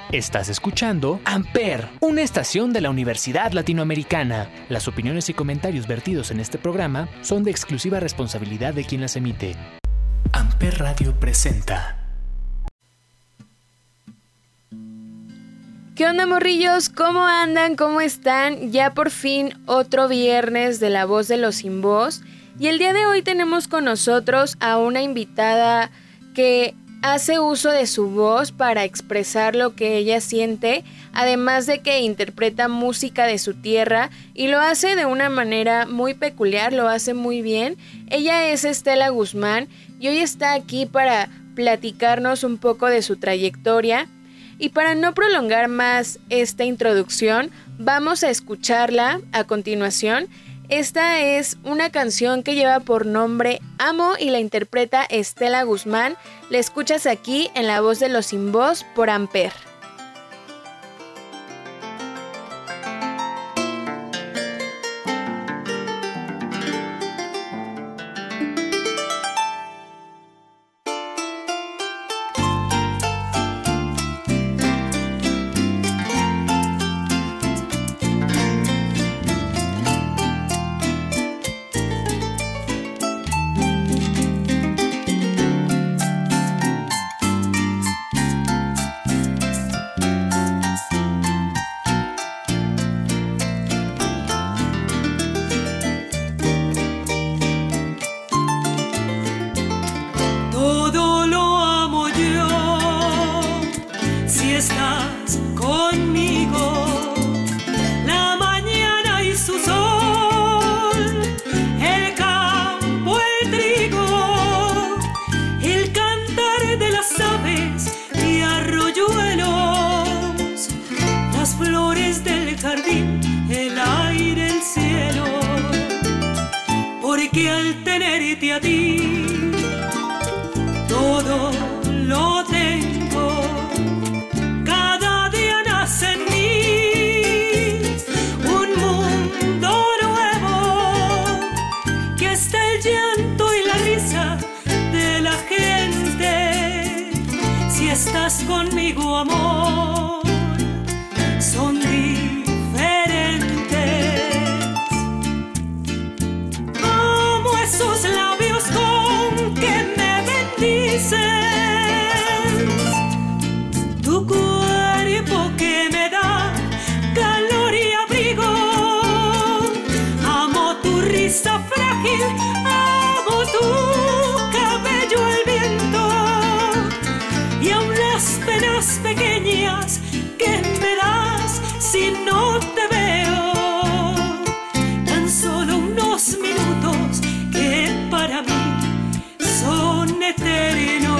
Estás escuchando Amper, una estación de la Universidad Latinoamericana. Las opiniones y comentarios vertidos en este programa son de exclusiva responsabilidad de quien las emite. Amper Radio presenta. ¿Qué onda, morrillos? ¿Cómo andan? ¿Cómo están? Ya por fin otro viernes de La Voz de los Sin Voz. Y el día de hoy tenemos con nosotros a una invitada que hace uso de su voz para expresar lo que ella siente, además de que interpreta música de su tierra y lo hace de una manera muy peculiar, lo hace muy bien. Ella es Estela Guzmán y hoy está aquí para platicarnos un poco de su trayectoria. Y para no prolongar más esta introducción, vamos a escucharla a continuación. Esta es una canción que lleva por nombre Amo y la interpreta Estela Guzmán. La escuchas aquí en La Voz de los Sin Voz por Amper. Porque al tenerte a ti, todo lo tengo. Cada día nace en mí un mundo nuevo, que está el llanto y la risa de la gente. Si estás conmigo, amor, son diferentes. Esos labios con que me bendices, tu cuerpo que me da calor y abrigo. Amo tu risa frágil, amo tu cabello al viento, y aun las penas pequeñas que me das si no te veo. Tan solo unos minutos para mí son eternos.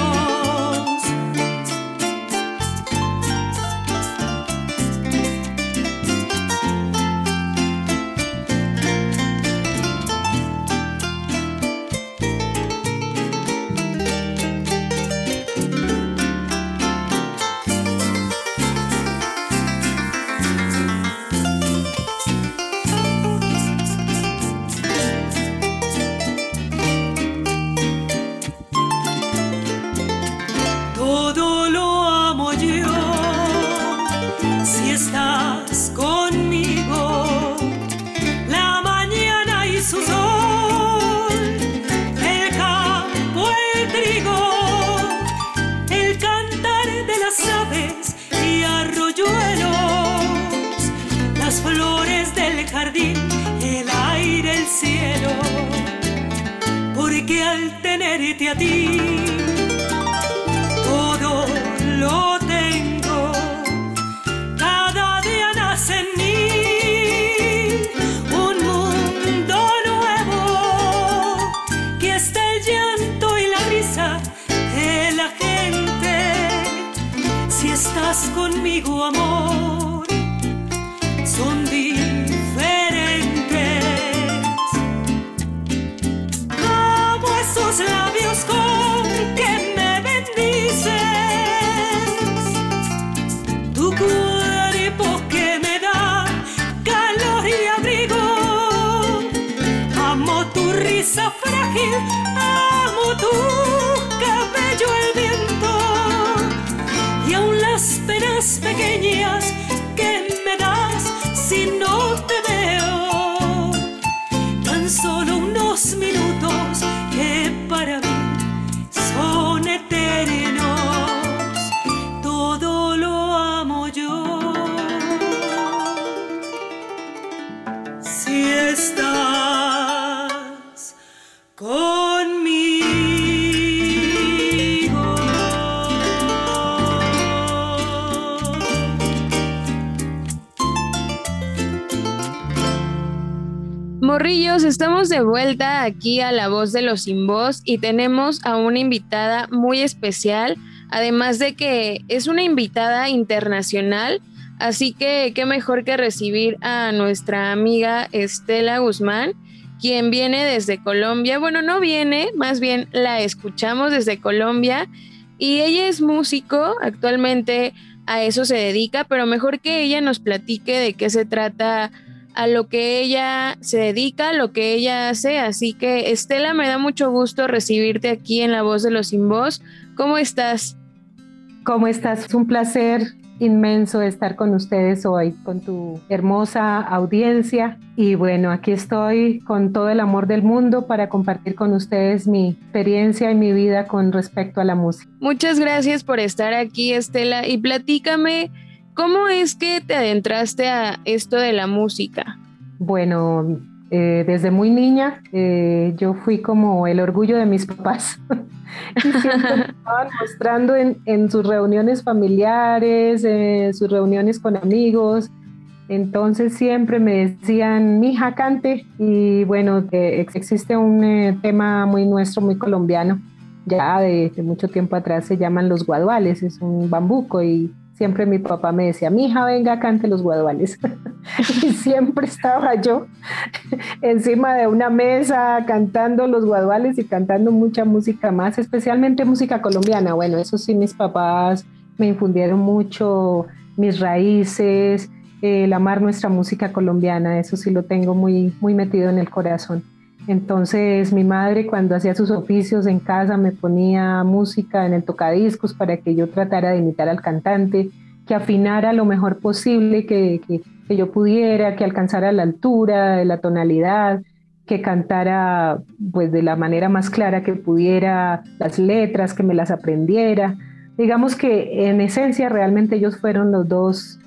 Porque al tenerte a ti, todo lo tengo. Cada día nace en mí un mundo nuevo, que está el llanto y la risa de la gente. Si estás conmigo, amor, son diferentes. Esos labios con que me bendices, tu cuerpo que me da calor y abrigo. Amo tu risa frágil, amo tu cabello al viento, y aun las penas pequeñas que me das si no te veo. Tan solo unos minutos que para mí son eternos. Todo lo amo yo. Si estás conmigo. Morrillos, estamos de vuelta aquí a La Voz de los Sin Voz y tenemos a una invitada muy especial, además de que es una invitada internacional, así que qué mejor que recibir a nuestra amiga Estela Guzmán, quien viene desde Colombia. Bueno, no viene, más bien la escuchamos desde Colombia y ella es músico, actualmente a eso se dedica, pero mejor que ella nos platique de qué se trata a lo que ella se dedica, lo que ella hace. Así que, Estela, me da mucho gusto recibirte aquí en La Voz de los Sin Voz. ¿Cómo estás? ¿Cómo estás? Es un placer inmenso estar con ustedes hoy, con tu hermosa audiencia. Y bueno, aquí estoy con todo el amor del mundo para compartir con ustedes mi experiencia y mi vida con respecto a la música. Muchas gracias por estar aquí, Estela. Y platícame, ¿cómo es que te adentraste a esto de la música? Bueno, desde muy niña yo fui como el orgullo de mis papás. Y siempre me estaban mostrando en sus reuniones familiares, sus reuniones con amigos. Entonces siempre me decían, mija, cante. Y bueno, existe un tema muy nuestro, muy colombiano, ya de mucho tiempo atrás, se llaman los guaduales, es un bambuco, y siempre mi papá me decía, mija, venga, cante los guaduales. Y siempre estaba yo encima de una mesa cantando los guaduales y cantando mucha música más, especialmente música colombiana. Bueno, eso sí, mis papás me infundieron mucho mis raíces, el amar nuestra música colombiana, eso sí lo tengo muy, muy metido en el corazón. Entonces mi madre, cuando hacía sus oficios en casa, me ponía música en el tocadiscos para que yo tratara de imitar al cantante, que afinara lo mejor posible, que yo pudiera, que alcanzara la altura, la tonalidad, que cantara pues de la manera más clara que pudiera las letras, que me las aprendiera. Digamos que en esencia realmente ellos fueron los dos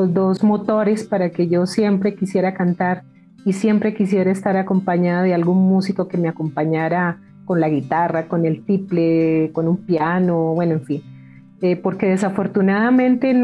motores para que yo siempre quisiera cantar y siempre quisiera estar acompañada de algún músico que me acompañara con la guitarra, con el tiple, con un piano, bueno, en fin. Porque desafortunadamente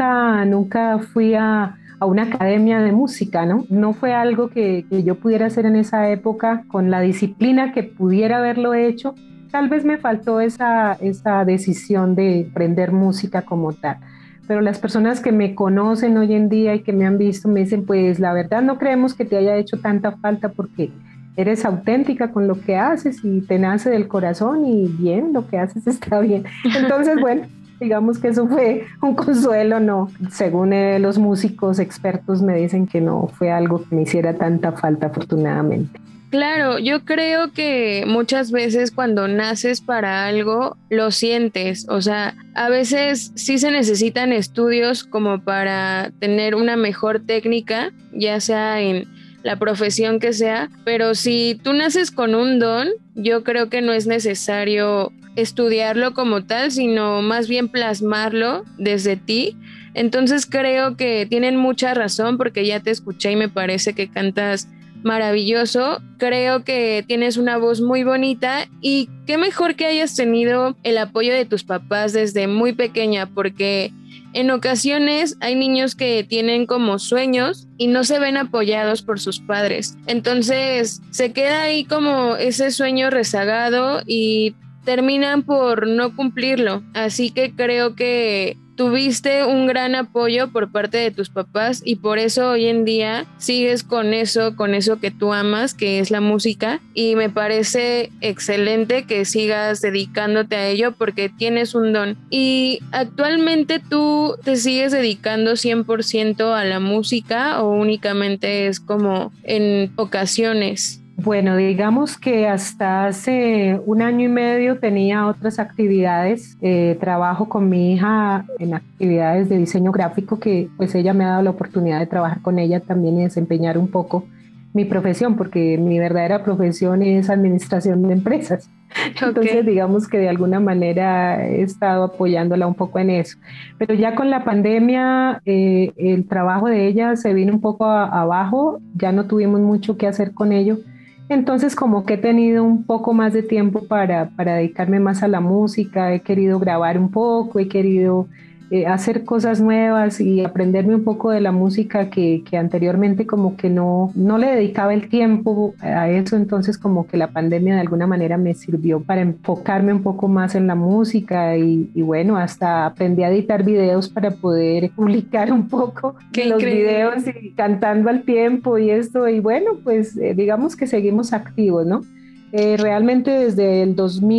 nunca fui a una academia de música, ¿no? No fue algo que yo pudiera hacer en esa época con la disciplina que pudiera haberlo hecho. Tal vez me faltó esa decisión de aprender música como tal. Pero las personas que me conocen hoy en día y que me han visto me dicen, pues la verdad no creemos que te haya hecho tanta falta porque eres auténtica con lo que haces y te nace del corazón y bien, lo que haces está bien. Entonces, bueno, digamos que eso fue un consuelo, ¿no? Según los músicos expertos me dicen que no fue algo que me hiciera tanta falta, afortunadamente. Claro, yo creo que muchas veces cuando naces para algo, lo sientes. O sea, a veces sí se necesitan estudios como para tener una mejor técnica, ya sea en la profesión que sea, pero si tú naces con un don, yo creo que no es necesario estudiarlo como tal, sino más bien plasmarlo desde ti. Entonces creo que tienen mucha razón porque ya te escuché y me parece que cantas maravilloso. Creo que tienes una voz muy bonita y qué mejor que hayas tenido el apoyo de tus papás desde muy pequeña, porque en ocasiones hay niños que tienen como sueños y no se ven apoyados por sus padres. Entonces se queda ahí como ese sueño rezagado y terminan por no cumplirlo. Así que creo que tuviste un gran apoyo por parte de tus papás y por eso hoy en día sigues con eso que tú amas, que es la música, y me parece excelente que sigas dedicándote a ello porque tienes un don. Y actualmente tú te sigues dedicando 100% a la música o únicamente es como en ocasiones. Bueno, digamos que hasta hace un año y medio tenía otras actividades. Trabajo con mi hija en actividades de diseño gráfico que pues ella me ha dado la oportunidad de trabajar con ella también y desempeñar un poco mi profesión, porque mi verdadera profesión es administración de empresas. Entonces, digamos que de alguna manera he estado apoyándola un poco en eso. Pero ya con la pandemia, el trabajo de ella se vino un poco abajo, ya no tuvimos mucho que hacer con ello. Entonces, como que he tenido un poco más de tiempo para dedicarme más a la música, he querido grabar un poco, he querido hacer cosas nuevas y aprenderme un poco de la música que anteriormente como que no le dedicaba el tiempo a eso, entonces como que la pandemia de alguna manera me sirvió para enfocarme un poco más en la música y bueno, hasta aprendí a editar videos para poder publicar un poco los videos y cantando al tiempo y esto, y bueno, pues digamos que seguimos activos, ¿no? Realmente desde el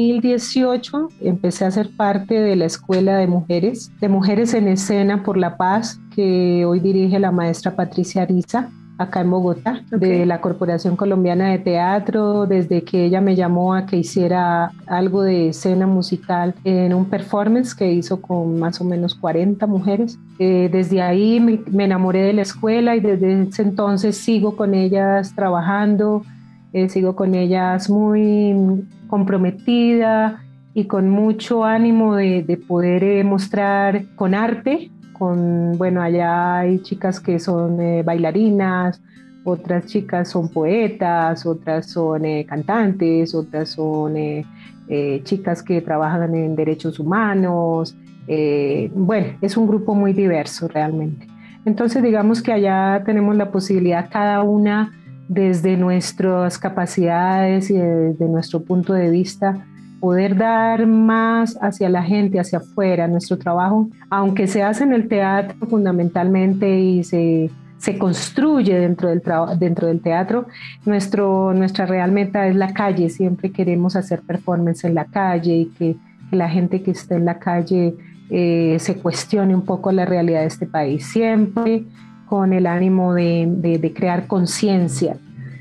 2018 empecé a ser parte de la Escuela de Mujeres en Escena por la Paz, que hoy dirige la maestra Patricia Ariza, acá en Bogotá, de la Corporación Colombiana de Teatro, desde que ella me llamó a que hiciera algo de escena musical en un performance que hizo con más o menos 40 mujeres. Desde ahí me enamoré de la escuela y desde ese entonces sigo con ellas trabajando. Sigo con ellas muy comprometida y con mucho ánimo de poder mostrar con arte. Bueno, allá hay chicas que son bailarinas, otras chicas son poetas, otras son cantantes, otras son chicas que trabajan en derechos humanos. Bueno, es un grupo muy diverso realmente. Entonces digamos que allá tenemos la posibilidad cada una desde nuestras capacidades y desde nuestro punto de vista, poder dar más hacia la gente, hacia afuera. Nuestro trabajo, aunque se hace en el teatro fundamentalmente y se construye dentro del teatro, nuestra real meta es la calle. Siempre queremos hacer performance en la calle y que la gente que esté en la calle se cuestione un poco la realidad de este país. Siempre con el ánimo de crear conciencia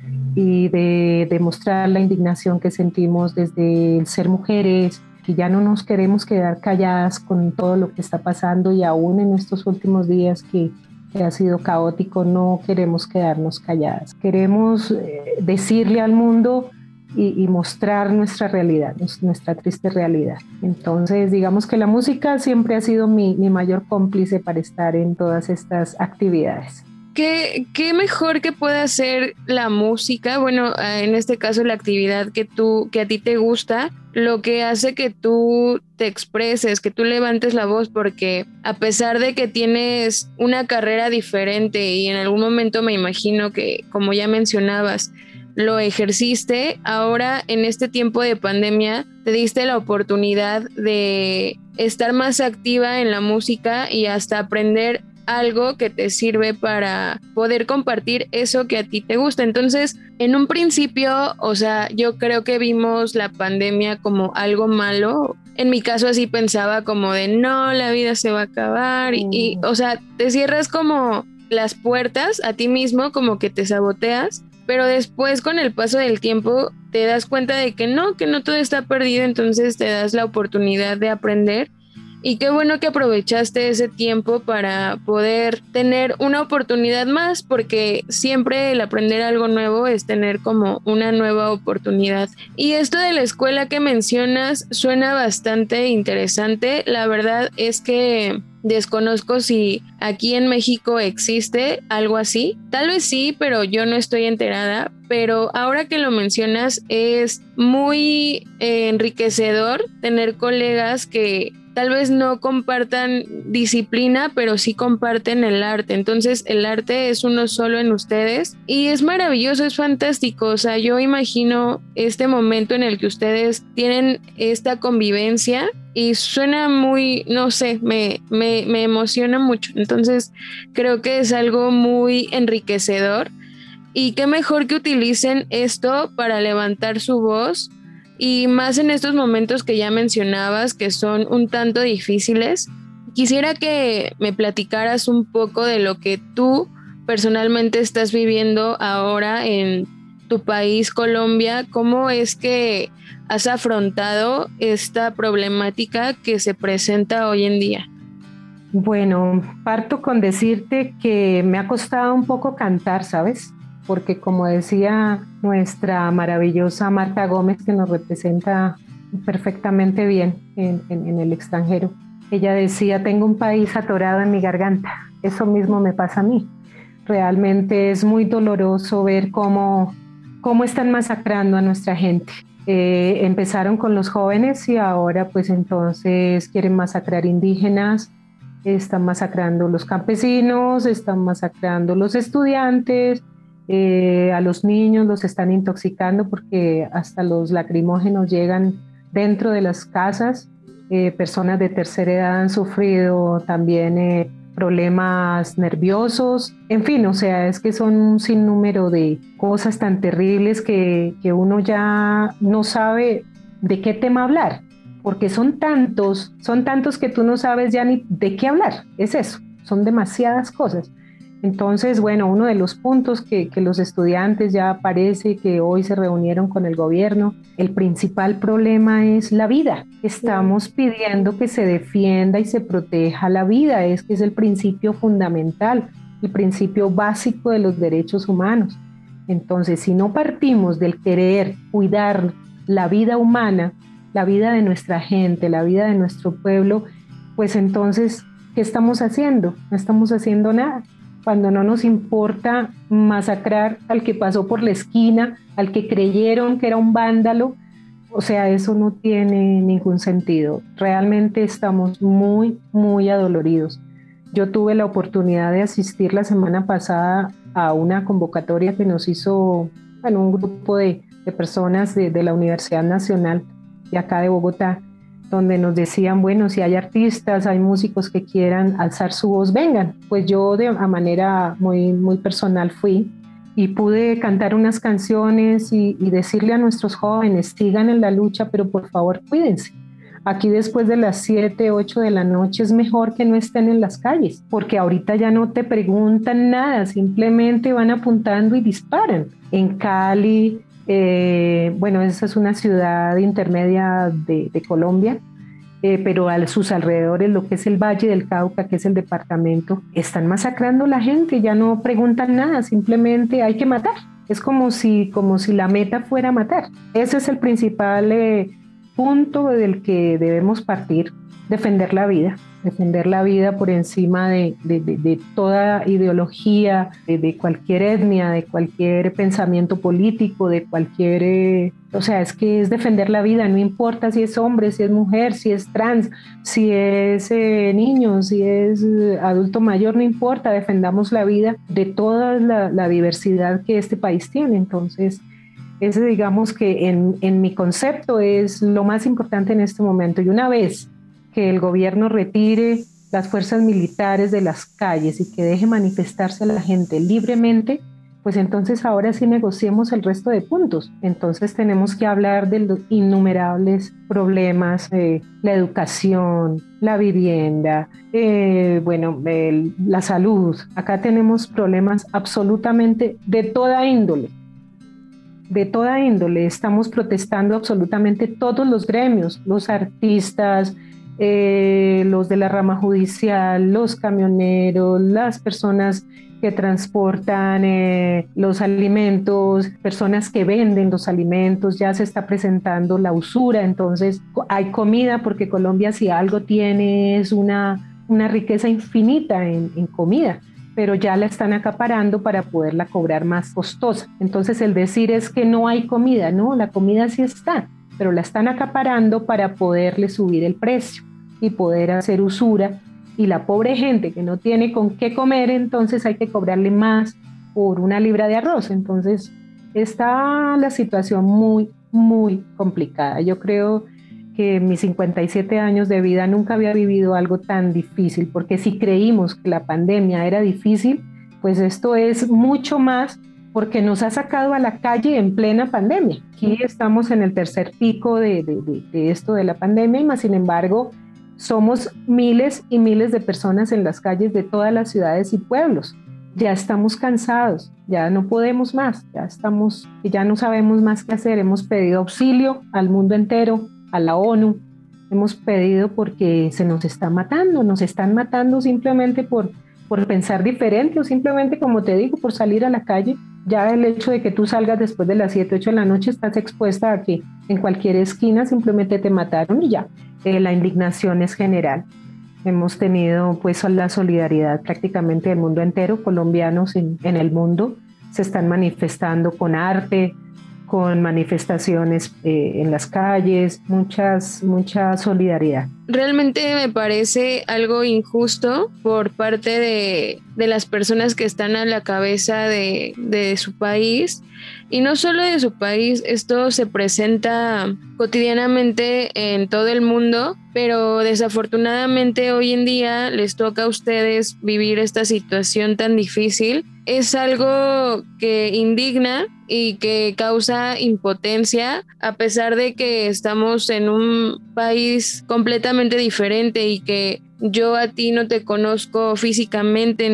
y de demostrar la indignación que sentimos desde el ser mujeres, que ya no nos queremos quedar calladas con todo lo que está pasando y aún en estos últimos días que ha sido caótico, no queremos quedarnos calladas. Queremos decirle al mundo y mostrar nuestra realidad, nuestra triste realidad. Entonces, digamos que la música siempre ha sido mi mayor cómplice para estar en todas estas actividades. ¿Qué mejor que puede hacer la música? Bueno, en este caso la actividad que a ti te gusta, lo que hace que tú te expreses, que tú levantes la voz, porque a pesar de que tienes una carrera diferente y en algún momento me imagino que, como ya mencionabas, lo ejerciste, ahora en este tiempo de pandemia te diste la oportunidad de estar más activa en la música y hasta aprender algo que te sirve para poder compartir eso que a ti te gusta. Entonces, en un principio, o sea, yo creo que vimos la pandemia como algo malo. En mi caso así pensaba como de no, la vida se va a acabar y o sea, te cierras como las puertas a ti mismo, como que te saboteas. Pero después, con el paso del tiempo, te das cuenta de que no todo está perdido, entonces te das la oportunidad de aprender. Y qué bueno que aprovechaste ese tiempo para poder tener una oportunidad más, porque siempre el aprender algo nuevo es tener como una nueva oportunidad. Y esto de la escuela que mencionas suena bastante interesante. La verdad es que desconozco si aquí en México existe algo así. Tal vez sí, pero yo no estoy enterada. Pero ahora que lo mencionas, es muy enriquecedor tener colegas que tal vez no compartan disciplina, pero sí comparten el arte. Entonces el arte es uno solo en ustedes y es maravilloso, es fantástico. O sea, yo imagino este momento en el que ustedes tienen esta convivencia y suena muy, no sé, me emociona mucho. Entonces creo que es algo muy enriquecedor y qué mejor que utilicen esto para levantar su voz. Y más en estos momentos que ya mencionabas, que son un tanto difíciles, quisiera que me platicaras un poco de lo que tú personalmente estás viviendo ahora en tu país, Colombia, ¿cómo es que has afrontado esta problemática que se presenta hoy en día? Bueno, parto con decirte que me ha costado un poco cantar, ¿sabes? Porque como decía nuestra maravillosa Marta Gómez, que nos representa perfectamente bien en el extranjero, ella decía, tengo un país atorado en mi garganta. Eso mismo me pasa a mí. Realmente es muy doloroso ver cómo están masacrando a nuestra gente. Empezaron con los jóvenes y ahora pues entonces quieren masacrar indígenas, están masacrando los campesinos, están masacrando los estudiantes, a los niños los están intoxicando porque hasta los lacrimógenos llegan dentro de las casas. Personas de tercera edad han sufrido también problemas nerviosos, en fin, o sea, es que son un sinnúmero de cosas tan terribles que uno ya no sabe de qué tema hablar, porque son tantos que tú no sabes ya ni de qué hablar, es eso, son demasiadas cosas. Entonces, bueno, uno de los puntos que los estudiantes ya parece que hoy se reunieron con el gobierno, el principal problema es la vida. Estamos pidiendo que se defienda y se proteja la vida, es que es el principio fundamental, el principio básico de los derechos humanos. Entonces, si no partimos del querer cuidar la vida humana, la vida de nuestra gente, la vida de nuestro pueblo, pues entonces, ¿qué estamos haciendo? No estamos haciendo nada. Cuando no nos importa masacrar al que pasó por la esquina, al que creyeron que era un vándalo, o sea, eso no tiene ningún sentido. Realmente estamos muy, muy adoloridos. Yo tuve la oportunidad de asistir la semana pasada a una convocatoria que nos hizo, bueno, un grupo de personas de la Universidad Nacional de acá de Bogotá, donde nos decían, bueno, si hay artistas, hay músicos que quieran alzar su voz, vengan. Pues yo de manera muy, muy personal fui y pude cantar unas canciones y decirle a nuestros jóvenes, sigan en la lucha, pero por favor cuídense. Aquí después de las 7, 8 de la noche es mejor que no estén en las calles, porque ahorita ya no te preguntan nada, simplemente van apuntando y disparan. En Cali, bueno, esa es una ciudad intermedia de Colombia, pero a sus alrededores, lo que es el Valle del Cauca, que es el departamento, están masacrando a la gente, ya no preguntan nada, simplemente hay que matar. Es como si la meta fuera matar. Ese es el principal punto del que debemos partir, defender la vida por encima de toda ideología, de cualquier etnia, de cualquier pensamiento político, de cualquier... o sea, es que es defender la vida, no importa si es hombre, si es mujer, si es trans, si es niño, si es adulto mayor, no importa, defendamos la vida de toda la diversidad que este país tiene. Entonces, ese digamos que en mi concepto es lo más importante en este momento. Y una vez que el gobierno retire las fuerzas militares de las calles y que deje manifestarse a la gente libremente, pues entonces ahora sí negociemos el resto de puntos. Entonces tenemos que hablar de los innumerables problemas, la educación, la vivienda, la salud. Acá tenemos problemas absolutamente de toda índole. De toda índole, estamos protestando absolutamente todos los gremios, los artistas, los de la rama judicial, los camioneros, las personas que transportan los alimentos, personas que venden los alimentos, ya se está presentando la usura, entonces hay comida porque Colombia si algo tiene es una riqueza infinita en comida, pero ya la están acaparando para poderla cobrar más costosa. Entonces el decir es que no hay comida, no, la comida sí está, pero la están acaparando para poderle subir el precio y poder hacer usura, y la pobre gente que no tiene con qué comer, entonces hay que cobrarle más por una libra de arroz. Entonces está la situación muy, muy complicada. Yo creo que en mis 57 años de vida nunca había vivido algo tan difícil, porque si creímos que la pandemia era difícil, pues esto es mucho más, porque nos ha sacado a la calle en plena pandemia. Aquí estamos en el tercer pico de esto de la pandemia, y más sin embargo somos miles y miles de personas en las calles de todas las ciudades y pueblos. ya estamos cansados, ya no podemos más, ya no sabemos más qué hacer. Hemos pedido auxilio al mundo entero, a la ONU, hemos pedido porque se nos están matando simplemente por pensar diferente o simplemente, como te digo, por salir a la calle. Ya el hecho de que tú salgas después de las 7, 8 de la noche, estás expuesta a que en cualquier esquina simplemente te mataron y ya. La indignación es general. Hemos tenido pues la solidaridad prácticamente del mundo entero. Colombianos en el mundo se están manifestando con arte, con manifestaciones en las calles, mucha solidaridad. Realmente me parece algo injusto por parte de las personas que están a la cabeza de su país, y no solo de su país. Esto se presenta cotidianamente en todo el mundo, pero desafortunadamente hoy en día les toca a ustedes vivir esta situación tan difícil. Es algo que indigna y que causa impotencia, a pesar de que estamos en un país completamente diferente y que yo a ti no te conozco físicamente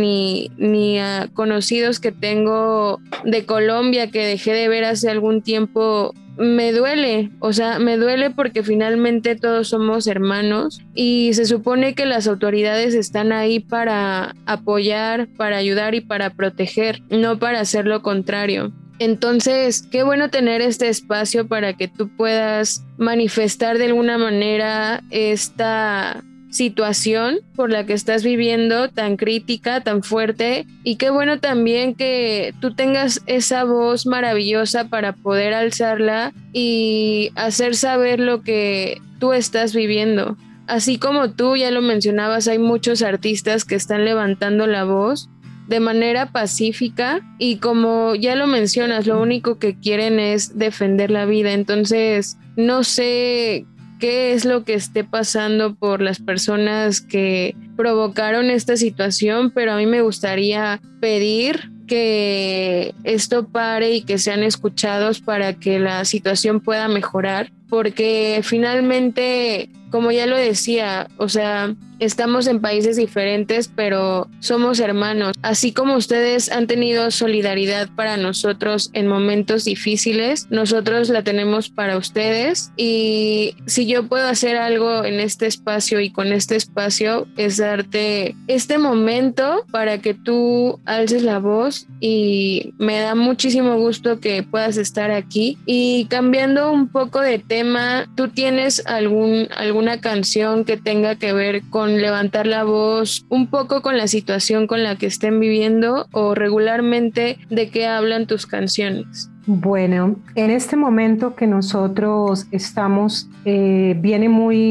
ni a conocidos que tengo de Colombia que dejé de ver hace algún tiempo. Me duele porque finalmente todos somos hermanos y se supone que las autoridades están ahí para apoyar, para ayudar y para proteger, no para hacer lo contrario. Entonces, qué bueno tener este espacio para que tú puedas manifestar de alguna manera esta situación por la que estás viviendo, tan crítica, tan fuerte, y qué bueno también que tú tengas esa voz maravillosa para poder alzarla y hacer saber lo que tú estás viviendo. Así como tú ya lo mencionabas, hay muchos artistas que están levantando la voz de manera pacífica y, como ya lo mencionas, lo único que quieren es defender la vida. Entonces, no sé qué es lo que esté pasando por las personas que provocaron esta situación, pero a mí me gustaría pedir que esto pare y que sean escuchados para que la situación pueda mejorar, porque finalmente, como ya lo decía, o sea, estamos en países diferentes, pero somos hermanos. Así como ustedes han tenido solidaridad para nosotros en momentos difíciles, nosotros la tenemos para ustedes. Y si yo puedo hacer algo en este espacio y con este espacio, es darte este momento para que tú alces la voz, y me da muchísimo gusto que puedas estar aquí. Y cambiando un poco de tema, ¿tú tienes alguna canción que tenga que ver con levantar la voz un poco con la situación con la que estén viviendo, o regularmente de qué hablan tus canciones? Bueno, en este momento que nosotros estamos, viene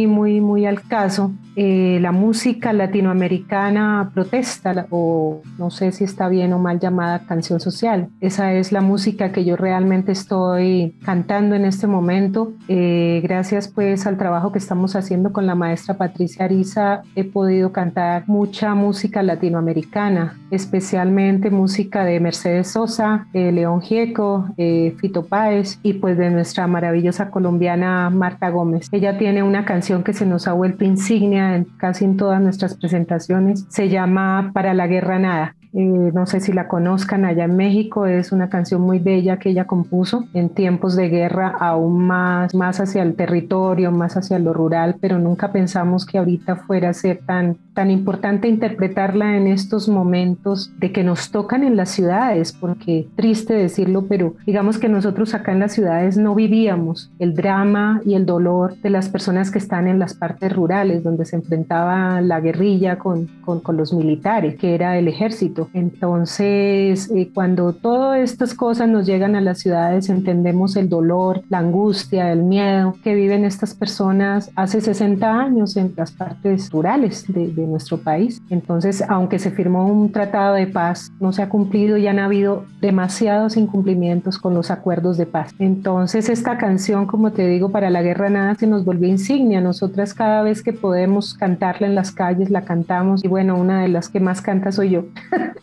muy al caso la música latinoamericana protesta, o no sé si está bien o mal llamada canción social. Esa es la música que yo realmente estoy cantando en este momento. Gracias pues al trabajo que estamos haciendo con la maestra Patricia Ariza, he podido cantar mucha música latinoamericana, especialmente música de Mercedes Sosa, León Gieco, Fito Páez, y pues de nuestra maravillosa colombiana Marta Gómez. Ella tiene una canción que se nos ha vuelto insignia casi en todas nuestras presentaciones, se llama Para la Guerra Nada. No sé si la conozcan allá en México, es una canción muy bella que ella compuso en tiempos de guerra, aún más hacia el territorio, más hacia lo rural, pero nunca pensamos que ahorita fuera a ser tan importante interpretarla en estos momentos de que nos tocan en las ciudades, porque triste decirlo, pero digamos que nosotros acá en las ciudades no vivíamos el drama y el dolor de las personas que están en las partes rurales, donde se enfrentaba la guerrilla con los militares, que era el ejército. Entonces, cuando todas estas cosas nos llegan a las ciudades, entendemos el dolor, la angustia, el miedo que viven estas personas hace 60 años en las partes rurales de nuestro país. Entonces, aunque se firmó un tratado de paz, no se ha cumplido y han habido demasiados incumplimientos con los acuerdos de paz. Entonces, esta canción, como te digo, Para la Guerra Nada, se nos volvió insignia. Nosotras cada vez que podemos cantarla en las calles, la cantamos, y bueno, una de las que más canta soy yo.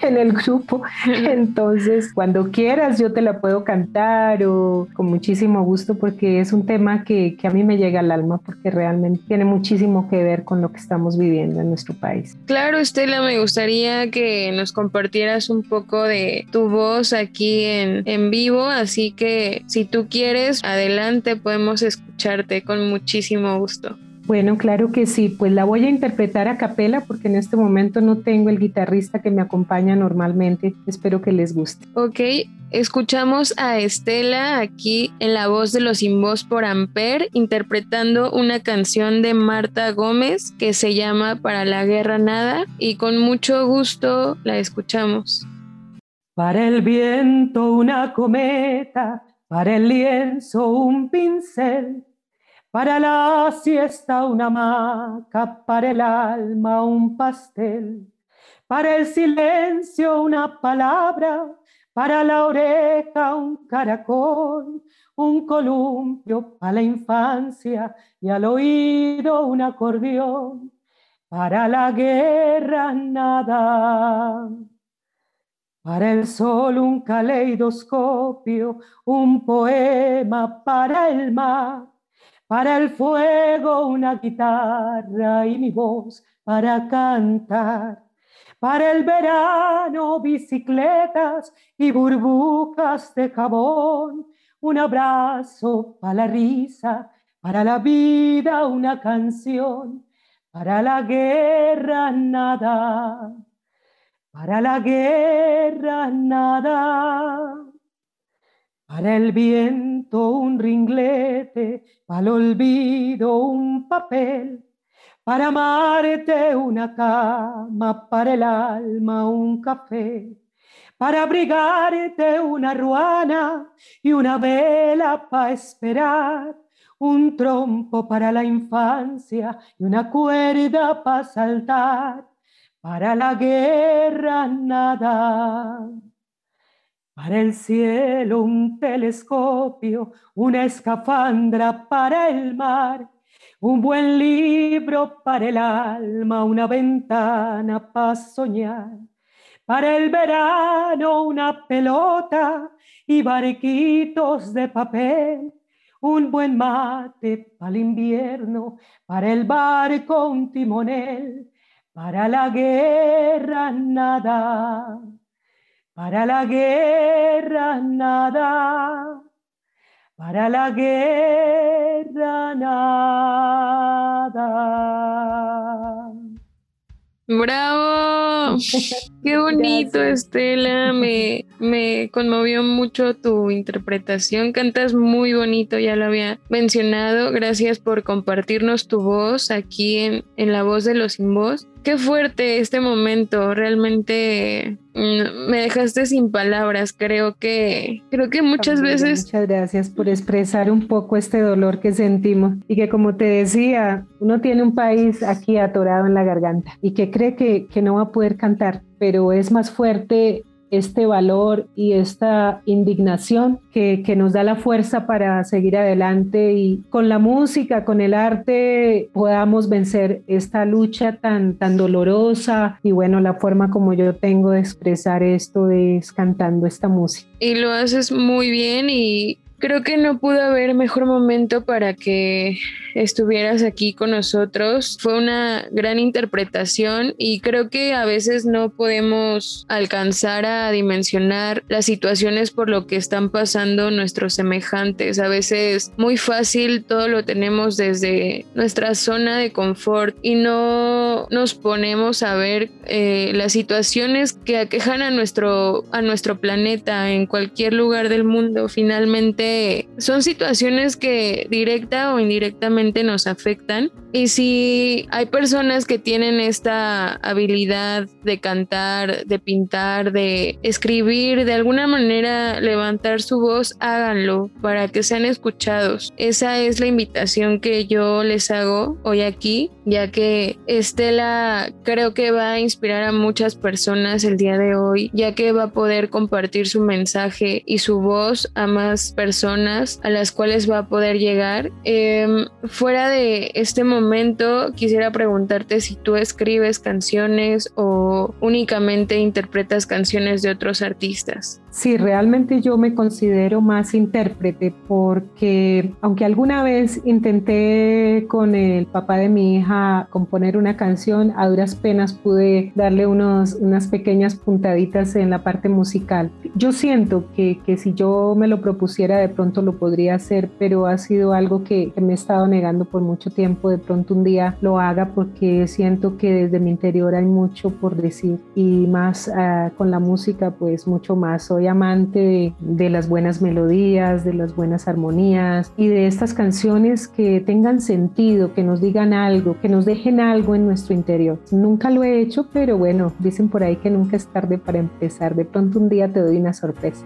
en el grupo. Entonces, cuando quieras, yo te la puedo cantar o con muchísimo gusto, porque es un tema que a mí me llega al alma, porque realmente tiene muchísimo que ver con lo que estamos viviendo en nuestro país. Claro, Estela, me gustaría que nos compartieras un poco de tu voz aquí en vivo, así que si tú quieres, adelante, podemos escucharte con muchísimo gusto. Bueno, claro que sí, pues la voy a interpretar a capela porque en este momento no tengo el guitarrista que me acompaña normalmente. Espero que les guste. Ok, escuchamos a Estela aquí en la voz de Los Sin Voz por Amper, interpretando una canción de Marta Gómez que se llama Para la Guerra Nada, y con mucho gusto la escuchamos. Para el viento una cometa, para el lienzo un pincel, para la siesta una hamaca, para el alma un pastel, para el silencio una palabra, para la oreja un caracol, un columpio para la infancia y al oído un acordeón, para la guerra nada. Para el sol un caleidoscopio, un poema para el mar, para el fuego una guitarra y mi voz para cantar, para el verano bicicletas y burbujas de jabón, un abrazo para la risa, para la vida una canción, para la guerra nada. Para la guerra nada, para el viento un ringlete, para el olvido un papel, para amarte una cama, para el alma un café, para abrigarte una ruana y una vela para esperar, un trompo para la infancia y una cuerda para saltar. Para la guerra nada, para el cielo un telescopio, una escafandra para el mar, un buen libro para el alma, una ventana para soñar, para el verano una pelota y barquitos de papel, un buen mate para el invierno, para el barco un timonel. Para la guerra nada, para la guerra nada, para la guerra nada. ¡Bravo! ¡Qué bonito, Estela! Me conmovió mucho tu interpretación. Cantas muy bonito, ya lo había mencionado. Gracias por compartirnos tu voz aquí en La Voz de Los Sin Voz. Qué fuerte este momento, realmente me dejaste sin palabras. Creo que muchas veces... Muchas gracias por expresar un poco este dolor que sentimos y que, como te decía, uno tiene un país aquí atorado en la garganta y que cree que no va a poder cantar, pero es más fuerte este valor y esta indignación que nos da la fuerza para seguir adelante y con la música, con el arte podamos vencer esta lucha tan dolorosa. Y bueno, la forma como yo tengo de expresar esto es cantando esta música. Y lo haces muy bien y creo que no pudo haber mejor momento para que estuvieras aquí con nosotros. Fue una gran interpretación y creo que a veces no podemos alcanzar a dimensionar las situaciones por lo que están pasando nuestros semejantes. A veces muy fácil todo lo tenemos desde nuestra zona de confort y no nos ponemos a ver las situaciones que aquejan a nuestro planeta en cualquier lugar del mundo. Finalmente son situaciones que directa o indirectamente nos afectan, y si hay personas que tienen esta habilidad de cantar, de pintar, de escribir, de alguna manera levantar su voz, háganlo para que sean escuchados. Esa es la invitación que yo les hago hoy aquí, ya que Estela creo que va a inspirar a muchas personas el día de hoy, ya que va a poder compartir su mensaje y su voz a más personas a las cuales va a poder llegar. Fuera de este momento momento quisiera preguntarte si tú escribes canciones o únicamente interpretas canciones de otros artistas. Sí, realmente yo me considero más intérprete porque aunque alguna vez intenté con el papá de mi hija componer una canción, a duras penas pude darle unas pequeñas puntaditas en la parte musical. Yo siento que si yo me lo propusiera de pronto lo podría hacer, pero ha sido algo que me he estado negando por mucho tiempo. De pronto un día lo haga porque siento que desde mi interior hay mucho por decir y más con la música pues mucho más. Soy amante de las buenas melodías, de las buenas armonías y de estas canciones que tengan sentido, que nos digan algo, que nos dejen algo en nuestro interior. Nunca lo he hecho, pero bueno, dicen por ahí que nunca es tarde para empezar. De pronto un día te doy una sorpresa.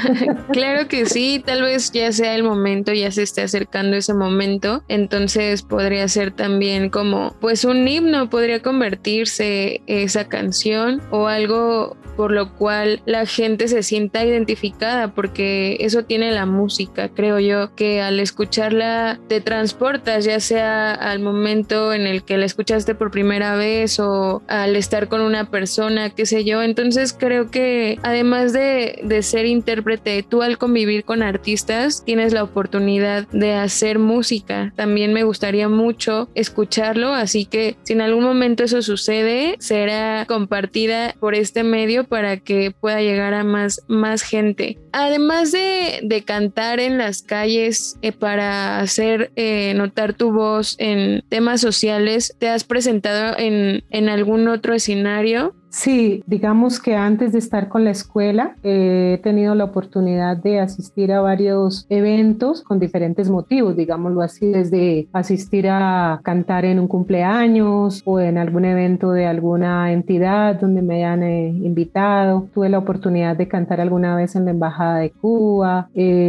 Claro que sí, tal vez ya sea el momento, ya se esté acercando ese momento, entonces podría ser también como pues un himno, podría convertirse esa canción o algo por lo cual la gente se sienta identificada, porque eso tiene la música, creo yo, que al escucharla te transportas, ya sea al momento en el que la escuchaste por primera vez o al estar con una persona, qué sé yo. Entonces creo que además de ser intérprete, tú al convivir con artistas tienes la oportunidad de hacer música. También me gustaría mucho escucharlo, así que si en algún momento eso sucede, será compartida por este medio para que pueda llegar a más gente. Además de cantar en las calles para hacer notar tu voz en temas sociales, ¿te has presentado en algún otro escenario? Sí, digamos que antes de estar con la escuela he tenido la oportunidad de asistir a varios eventos con diferentes motivos, digámoslo así, desde asistir a cantar en un cumpleaños o en algún evento de alguna entidad donde me hayan invitado. Tuve la oportunidad de cantar alguna vez en la Embajada de Cuba,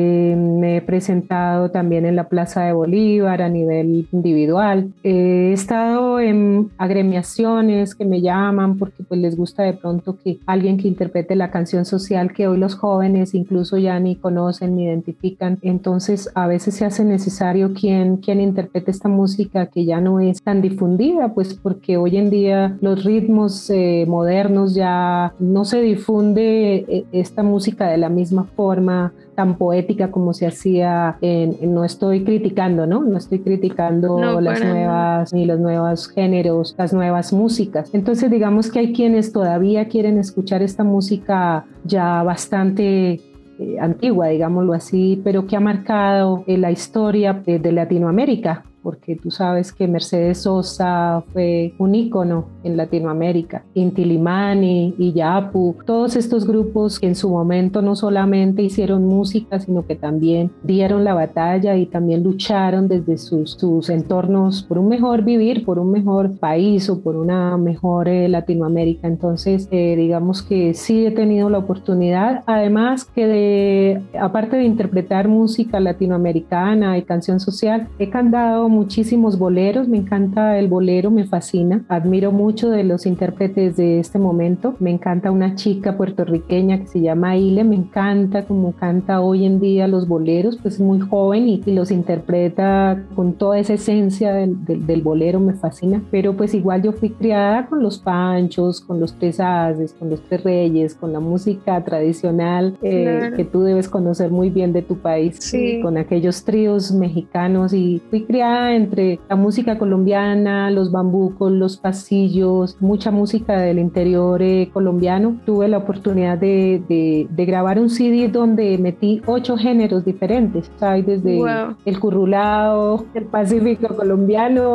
me he presentado también en la Plaza de Bolívar a nivel individual. He estado en agremiaciones que me llaman porque pues les gusta de pronto que alguien que interprete la canción social que hoy los jóvenes incluso ya ni conocen ni identifican. Entonces a veces se hace necesario quien interprete esta música que ya no es tan difundida, pues porque hoy en día los ritmos modernos ya no se difunde esta música de la misma forma tan poética como se hacía no estoy criticando, ¿no? Estoy criticando las nuevas ni los nuevos géneros, las nuevas músicas. Entonces digamos que hay quienes todavía quieren escuchar esta música ya bastante antigua, digámoslo así, pero que ha marcado la historia de Latinoamérica, porque tú sabes que Mercedes Sosa fue un ícono en Latinoamérica, Inti Illimani, Iyapu, todos estos grupos que en su momento no solamente hicieron música, sino que también dieron la batalla y también lucharon desde sus entornos por un mejor vivir, por un mejor país o por una mejor Latinoamérica. Entonces, digamos que sí he tenido la oportunidad, además que aparte de interpretar música latinoamericana y canción social, he cantado muchísimos boleros, me encanta el bolero, me fascina, admiro mucho de los intérpretes de este momento, me encanta una chica puertorriqueña que se llama Ile, me encanta como canta hoy en día los boleros, pues es muy joven y los interpreta con toda esa esencia del bolero, me fascina, pero pues igual yo fui criada con los Panchos, con los Tres Haces, con los Tres Reyes, con la música tradicional claro, que tú debes conocer muy bien de tu país, sí, con aquellos tríos mexicanos, y fui criada entre la música colombiana, los bambucos, los pasillos, mucha música del interior colombiano. Tuve la oportunidad de grabar un CD donde metí 8 géneros diferentes, ¿sabes? Desde el currulao, el pacífico colombiano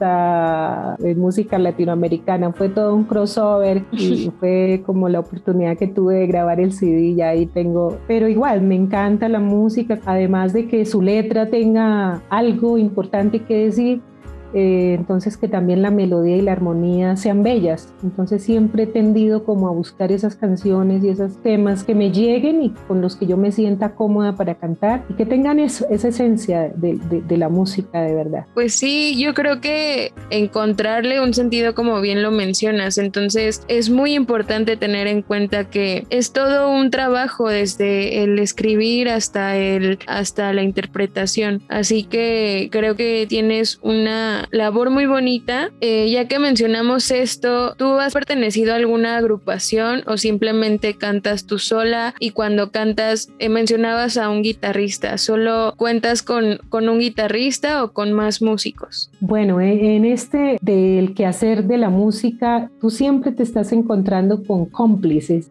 hasta música latinoamericana. Fue todo un crossover y fue como la oportunidad que tuve de grabar el CD y ahí tengo, pero igual me encanta la música, además de que su letra tenga algo importante que decir, entonces que también la melodía y la armonía sean bellas. Entonces siempre he tendido como a buscar esas canciones y esos temas que me lleguen y con los que yo me sienta cómoda para cantar y que tengan esa esencia de la música de verdad. Pues sí, yo creo que encontrarle un sentido, como bien lo mencionas, entonces es muy importante tener en cuenta que es todo un trabajo desde el escribir hasta la interpretación, así que creo que tienes una una labor muy bonita. Ya que mencionamos esto, ¿tú has pertenecido a alguna agrupación o simplemente cantas tú sola? Y cuando cantas, mencionabas a un guitarrista, ¿solo cuentas con un guitarrista o con más músicos? Bueno, en este del quehacer de la música, tú siempre te estás encontrando con cómplices.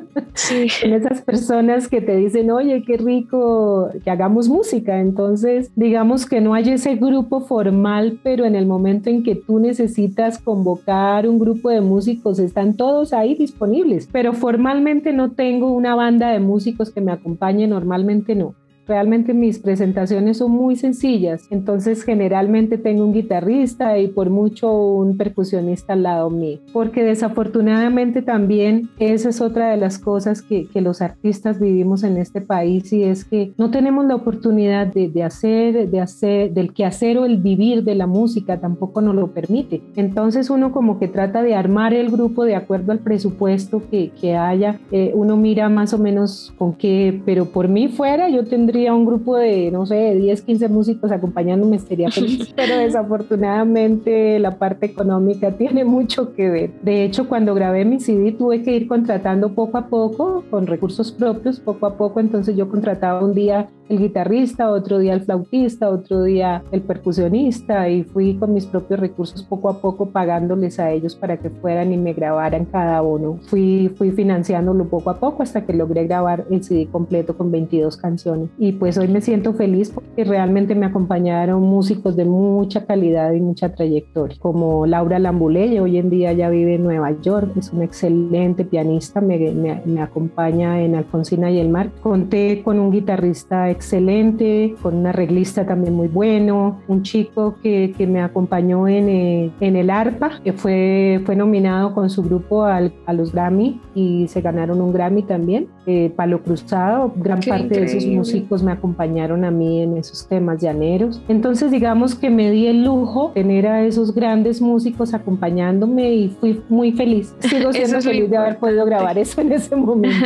Sí. Con esas personas que te dicen, oye, qué rico que hagamos música. Entonces, digamos que no hay ese grupo formal, pero en el momento en que tú necesitas convocar un grupo de músicos, están todos ahí disponibles. Pero formalmente no tengo una banda de músicos que me acompañe, normalmente no. Realmente mis presentaciones son muy sencillas, entonces generalmente tengo un guitarrista y por mucho un percusionista al lado mío, porque desafortunadamente también esa es otra de las cosas que los artistas vivimos en este país, y es que no tenemos la oportunidad de hacer del quehacer o el vivir de la música, tampoco nos lo permite. Entonces uno como que trata de armar el grupo de acuerdo al presupuesto que haya, uno mira más o menos con qué, pero por mí fuera yo tendría un grupo de, no sé, 10, 15 músicos acompañándome, estaría feliz, pero desafortunadamente la parte económica tiene mucho que ver. De hecho, cuando grabé mi CD tuve que ir contratando poco a poco, con recursos propios, poco a poco, entonces yo contrataba un día el guitarrista, otro día el flautista, otro día el percusionista, y fui con mis propios recursos poco a poco pagándoles a ellos para que fueran y me grabaran cada uno. Fui financiándolo poco a poco hasta que logré grabar el CD completo con 22 canciones. Y pues hoy me siento feliz porque realmente me acompañaron músicos de mucha calidad y mucha trayectoria, como Laura Lambuleye, hoy en día ya vive en Nueva York, es una excelente pianista, me acompaña en Alfonsina y el Mar. Conté con un guitarrista excelente, con un arreglista también muy bueno, un chico que me acompañó en el arpa, que fue nominado con su grupo a los Grammy y se ganaron un Grammy también. Palo Cruzado, gran Qué parte increíble. de esos músicos me acompañaron a mí en esos temas llaneros. Entonces digamos que me di el lujo de tener a esos grandes músicos acompañándome y fui muy feliz. Sigo siendo feliz de haber podido grabar eso en ese momento.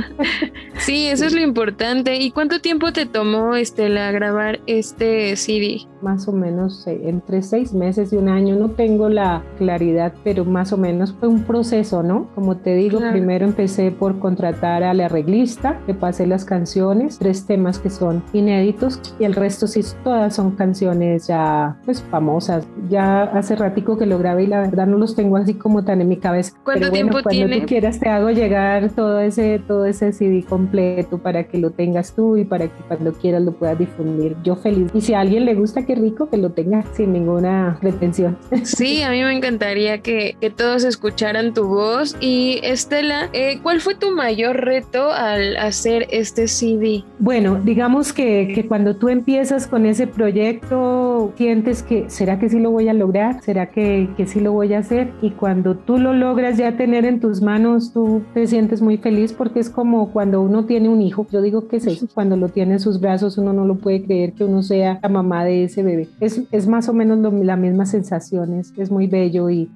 Sí, eso es lo importante. ¿Y cuánto tiempo te tomó, Estela, grabar este CD? Más o menos entre 6 meses y un año, no tengo la claridad, pero más o menos fue un proceso, ¿no? Como te digo, Claro. Primero empecé por contratar al arreglista, le pasé las canciones, 3 temas que son inéditos y el resto sí, todas son canciones ya pues famosas. Ya hace ratico que lo grabé y la verdad no los tengo así como tan en mi cabeza. ¿Cuánto Pero bueno, tiempo cuando tiene? tú quieras te hago llegar todo ese CD completo para que lo tengas tú y para que cuando quieras lo puedas difundir. Yo feliz. Y si a alguien le gusta, qué rico que lo tenga sin ninguna pretensión. Sí, a mí me encantaría que todos escucharan tu voz. Y Estela, ¿cuál fue tu mayor reto al hacer este CD? Bueno, digamos que cuando tú empiezas con ese proyecto, sientes que, ¿será que sí lo voy a lograr? ¿Será que sí lo voy a hacer? Y cuando tú lo logras ya tener en tus manos, tú te sientes muy feliz porque es como cuando uno tiene un hijo. Yo digo que es eso, cuando lo tiene en sus brazos uno no lo puede creer que uno sea la mamá de ese bebé. Es más o menos la misma sensación, es muy bello y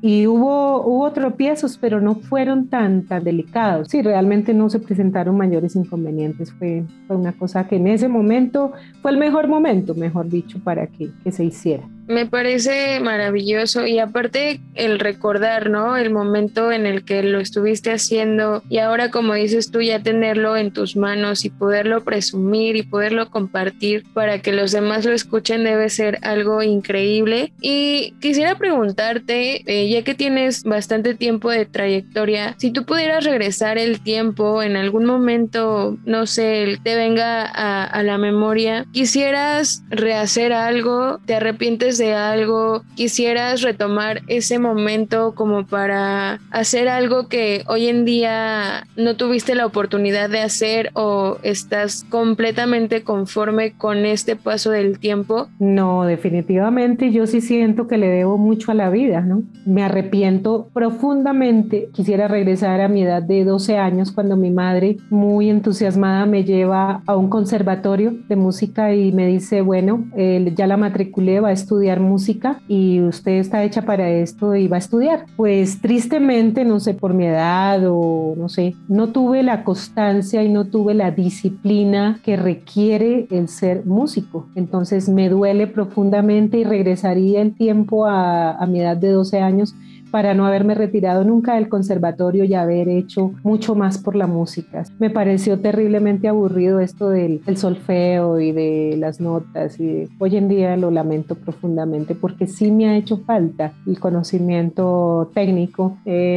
hubo tropiezos, pero no fueron tan delicados. Sí, realmente no se presentaron mayores inconvenientes, fue una cosa que en ese momento fue el mejor momento, mejor dicho, para que se hiciera. Me parece maravilloso y aparte el recordar, ¿no? El momento en el que lo estuviste haciendo y ahora, como dices tú, ya tenerlo en tus manos y poderlo presumir y poderlo compartir para que los demás lo escuchen debe ser algo increíble. Y quisiera preguntarte, ya que tienes bastante tiempo de trayectoria, si tú pudieras regresar el tiempo en algún momento, no sé, te venga a la memoria, ¿quisieras rehacer algo? ¿Te arrepientes de algo? ¿Quisieras retomar ese momento como para hacer algo que hoy en día no tuviste la oportunidad de hacer o estás completamente conforme con este paso del tiempo? No, definitivamente yo sí siento que le debo mucho a la vida, ¿no? Me arrepiento profundamente. Quisiera regresar a mi edad de 12 años cuando mi madre, muy entusiasmada, me lleva a un conservatorio de música y me dice, bueno, ya la matriculé, va a estudiar estudiar música y usted está hecha para esto y va a estudiar. Pues tristemente, no sé, por mi edad o no sé, no tuve la constancia y no tuve la disciplina que requiere el ser músico. Entonces me duele profundamente y regresaría el tiempo a mi edad de 12 años para no haberme retirado nunca del conservatorio y haber hecho mucho más por la música. Me pareció terriblemente aburrido esto del solfeo y de las notas, y hoy en día lo lamento profundamente porque sí me ha hecho falta el conocimiento técnico.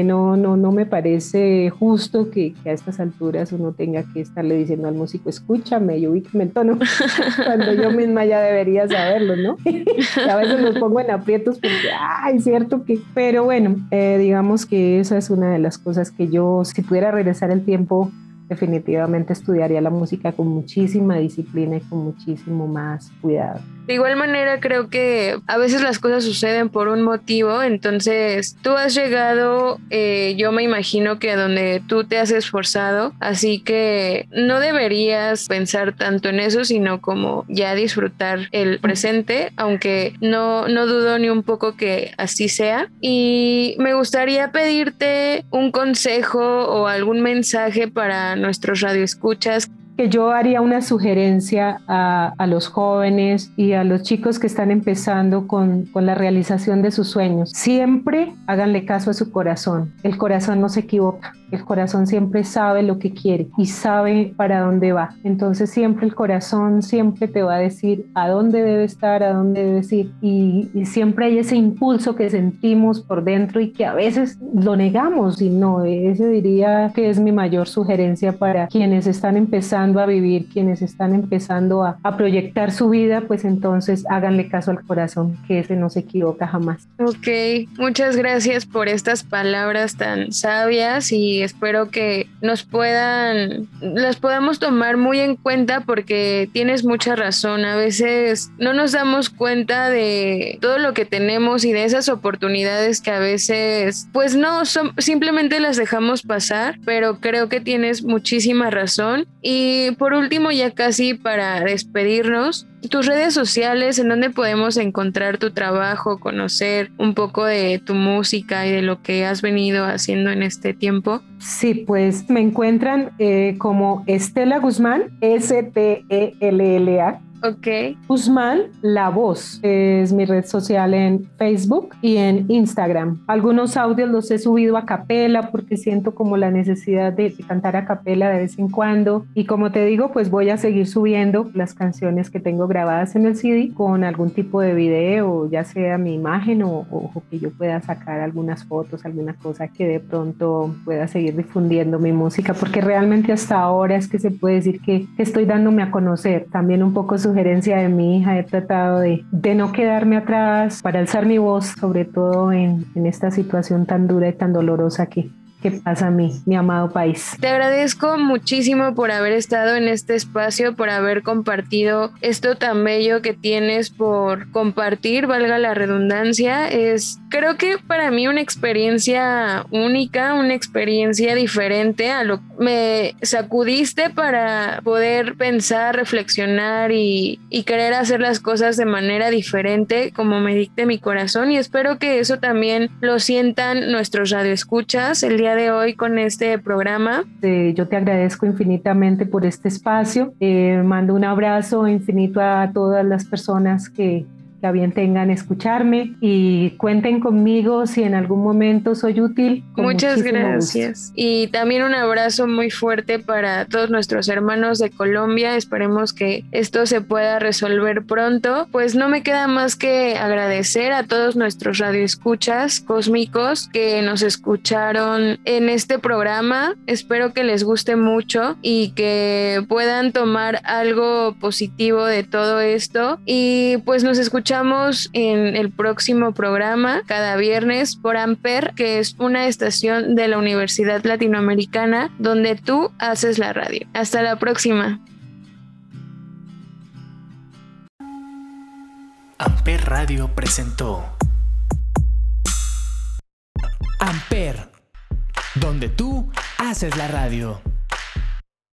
No me parece justo que a estas alturas uno tenga que estarle diciendo al músico, escúchame y ubíqueme el tono, cuando yo misma ya debería saberlo, ¿no? Y a veces me pongo en aprietos porque, cierto que... Pero bueno, digamos que esa es una de las cosas que yo, si pudiera regresar el tiempo, definitivamente estudiaría la música con muchísima disciplina y con muchísimo más cuidado. De igual manera, creo que a veces las cosas suceden por un motivo, entonces tú has llegado, yo me imagino que a donde tú te has esforzado, así que no deberías pensar tanto en eso, sino como ya disfrutar el presente, aunque no dudo ni un poco que así sea. Y me gustaría pedirte un consejo o algún mensaje para nuestros radioescuchas. Que yo haría una sugerencia a los jóvenes y a los chicos que están empezando con la realización de sus sueños. Siempre háganle caso a su corazón. El corazón no se equivoca. El corazón siempre sabe lo que quiere y sabe para dónde va. Entonces siempre el corazón siempre te va a decir a dónde debe estar, a dónde debes ir. Y siempre hay ese impulso que sentimos por dentro y que a veces lo negamos. Y no, ese diría que es mi mayor sugerencia para quienes están empezando a vivir, quienes están empezando a proyectar su vida, pues entonces háganle caso al corazón, que ese no se equivoca jamás. Ok, muchas gracias por estas palabras tan sabias y espero que las podamos tomar muy en cuenta porque tienes mucha razón. A veces no nos damos cuenta de todo lo que tenemos y de esas oportunidades que a veces pues simplemente las dejamos pasar, pero creo que tienes muchísima razón. Y por último, ya casi para despedirnos, tus redes sociales, en donde podemos encontrar tu trabajo, conocer un poco de tu música y de lo que has venido haciendo en este tiempo. Sí, pues me encuentran como Estela Guzmán, Stella. Ok. Guzmán, La Voz, es mi red social en Facebook y en Instagram. Algunos audios los he subido a capela porque siento como la necesidad de cantar a capela de vez en cuando. Y como te digo, pues voy a seguir subiendo las canciones que tengo grabadas en el CD con algún tipo de video, ya sea mi imagen o que yo pueda sacar algunas fotos, alguna cosa que de pronto pueda seguir difundiendo mi música, porque realmente hasta ahora es que se puede decir que estoy dándome a conocer. También un poco sugerencia de mi hija, he tratado de no quedarme atrás para alzar mi voz, sobre todo en esta situación tan dura y tan dolorosa que pasa a mi amado país. Te agradezco muchísimo por haber estado en este espacio, por haber compartido esto tan bello que tienes por compartir, valga la redundancia. Creo que para mí una experiencia única, una experiencia diferente a lo que me sacudiste para poder pensar, reflexionar y querer hacer las cosas de manera diferente como me dicte mi corazón, y espero que eso también lo sientan nuestros radioescuchas el día de hoy con este programa. Yo te agradezco infinitamente por este espacio. Mando un abrazo infinito a todas las personas que a bien tengan escucharme y cuenten conmigo si en algún momento soy útil. Muchas gracias. Gusto. Y también un abrazo muy fuerte para todos nuestros hermanos de Colombia. Esperemos que esto se pueda resolver pronto. Pues no me queda más que agradecer a todos nuestros radioescuchas cósmicos que nos escucharon en este programa. Espero que les guste mucho y que puedan tomar algo positivo de todo esto. Y pues nos escuchamos en el próximo programa cada viernes por Amper, que es una estación de la Universidad Latinoamericana donde tú haces la radio. Hasta la próxima. Amper Radio presentó Amper, donde tú haces la radio.